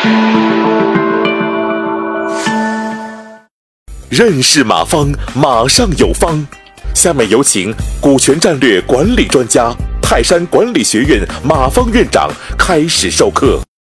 认识马方，马上有方。下面有请股权战略管理专家、泰山管理学院马方院长开始授课。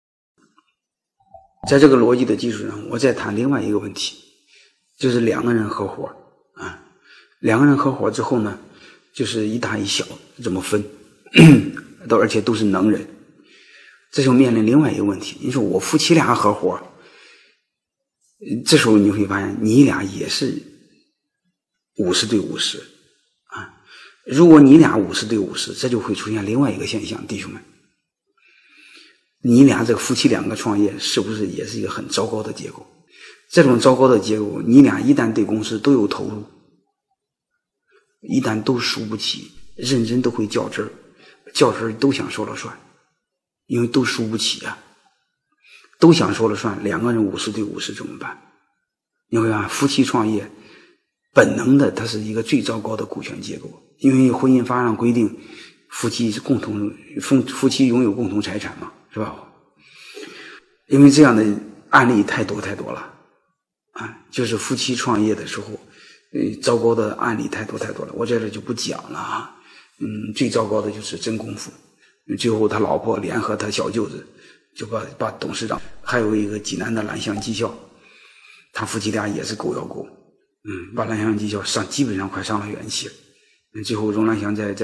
在这个逻辑的基础上，我再谈另外一个问题，就是两个人合伙啊，两个人合伙之后呢，就是一大一小怎么分，而且都是能人，这就面临另外一个问题。你说我夫妻俩合伙，这时候你会发现你俩也是50对50啊。如果你俩50对50，这就会出现另外一个现象，弟兄们，你俩这个夫妻两个创业是不是也是一个很糟糕的结果？这种糟糕的结果，你俩一旦对公司都有投入，一旦都输不起，认真都会较真儿都想说了算，因为都输不起啊，都想说了算，两个人50对50怎么办？你会发现夫妻创业本能的它是一个最糟糕的股权结构，因为婚姻法上规定夫妻拥有共同财产嘛，是吧？因为这样的案例太多了啊，就是夫妻创业的时候糟糕的案例太多了，我在这就不讲了啊。最糟糕的就是真功夫，最后他老婆联合他小舅子就把董事长，还有一个济南的蓝翔技校，他夫妻俩也是狗咬狗，把蓝翔技校基本上快上了元气了。最后荣蓝翔在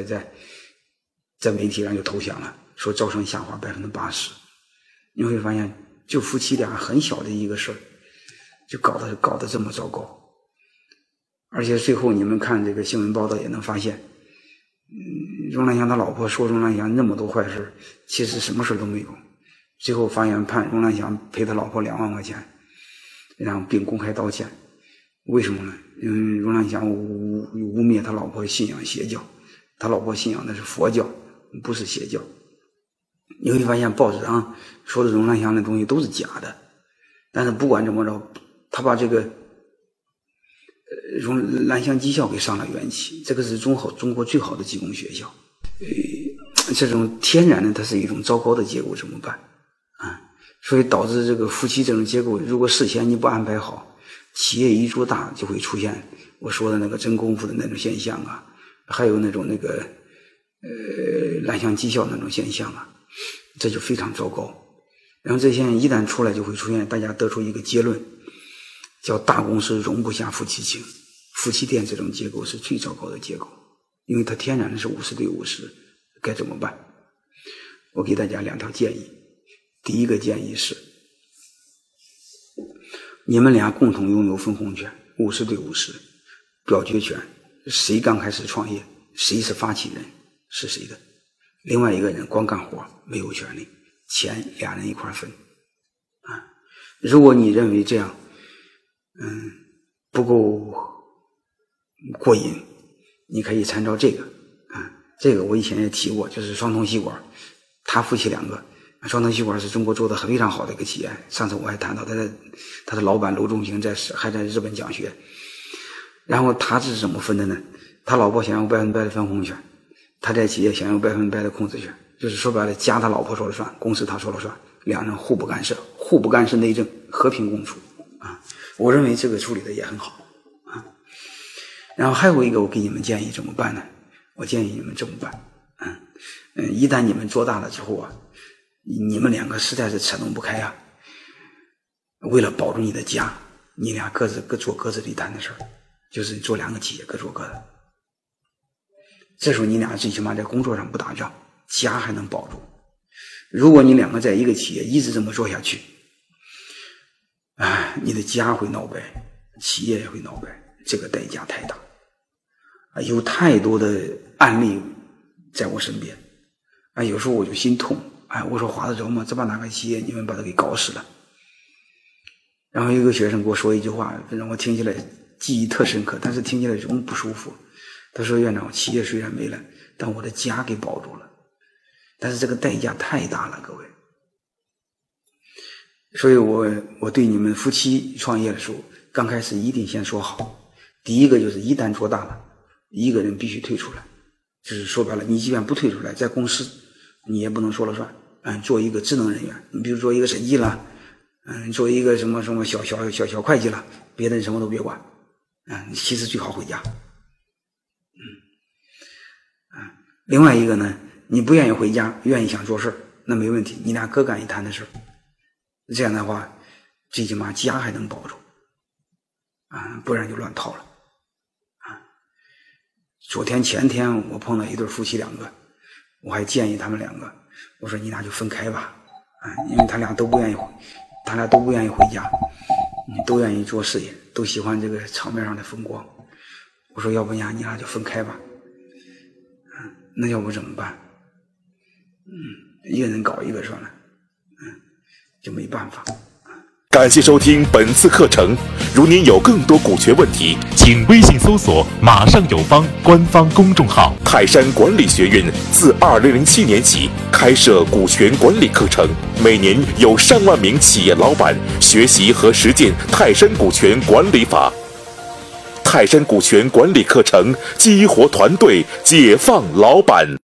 媒体上就投降了，说招生下滑80%。你会发现就夫妻俩很小的一个事儿就搞得这么糟糕。而且最后你们看这个新闻报道也能发现，荣蓝翔他老婆说荣蓝翔那么多坏事，其实什么事都没有。最后法院判荣蓝翔赔他老婆2万块钱，然后并公开道歉。为什么呢？因为荣蓝翔污蔑他老婆信仰邪教，他老婆信仰的是佛教，不是邪教。你会发现报纸上说的荣蓝翔的东西都是假的，但是不管怎么着，他把这个蓝翔技校给上了元气，这个是中国最好的技工学校。这种天然的它是一种糟糕的结构，怎么办啊？所以导致这个夫妻这种结构，如果事前你不安排好，企业一做大就会出现我说的那个真功夫的那种现象啊，还有那种蓝翔技校那种现象啊，这就非常糟糕。然后这些一旦出来，就会出现大家得出一个结论，叫大公司容不下夫妻情。夫妻店这种结构是最糟糕的结构，因为它天然的是50对50，该怎么办？我给大家2条建议。第一个建议是，你们俩共同拥有分红权，50对50，表决权，谁刚开始创业，谁是发起人是谁的，另外一个人光干活没有权利，钱俩人一块分啊。如果你认为这样不够过瘾，你可以参照这个啊，这个我以前也提过，就是双通吸管，他夫妻2个，双通吸管是中国做的非常好的一个企业。上次我还谈到他的老板娄仲平还在日本讲学。然后他是怎么分的呢？他老婆想要100%的分红权，他在企业想要100%的控制权，就是说白了，家他老婆说了算，公司他说了算，两人互不干涉内政，和平共处啊。我认为这个处理的也很好啊。然后还有一个我给你们建议怎么办呢？我建议你们这么办一旦你们做大了之后啊，你们2个实在是扯动不开啊，为了保住你的家，你俩各做各自的谈的事儿，就是做2个企业各做各的。这时候你俩最起码在工作上不打仗，家还能保住。如果你2个在一个企业一直这么做下去，你的家会闹掰，企业也会闹掰，这个代价太大有太多的案例在我身边有时候我就心痛我说划得着吗？这把哪个企业你们把它给搞死了。然后有一个学生给我说一句话，让我听起来记忆特深刻，但是听起来总不舒服。他说，院长，企业虽然没了，但我的家给保住了，但是这个代价太大了，各位。所以我对你们夫妻创业的时候，刚开始一定先说好。第一个就是一旦做大了，一个人必须退出来，就是说白了，你即便不退出来，在公司你也不能说了算， 做一个职能人员。你比如做一个审计了，做一个什么小会计了，别的你什么都别管，其实最好回家。另外一个呢，你不愿意回家，愿意想做事，那没问题，你俩各干一摊的事，这样的话，最起码家还能保住，不然就乱套了。前天我碰到一对夫妻两个，我还建议他们两个，我说你俩就分开吧，因为他俩都不愿意回家，都愿意做事业，都喜欢这个场面上的风光。我说要不然你俩就分开吧，那要不怎么办？一个人搞一个算了，就没办法。 感谢收听本次课程。如您有更多股权问题， 请微信搜索“马上有方”官方公众号。 泰山管理学院自2007年起开设股权管理课程，每年有上万名企业老板学习和实践泰山股权管理法。泰山股权管理课程激活团队，解放老板。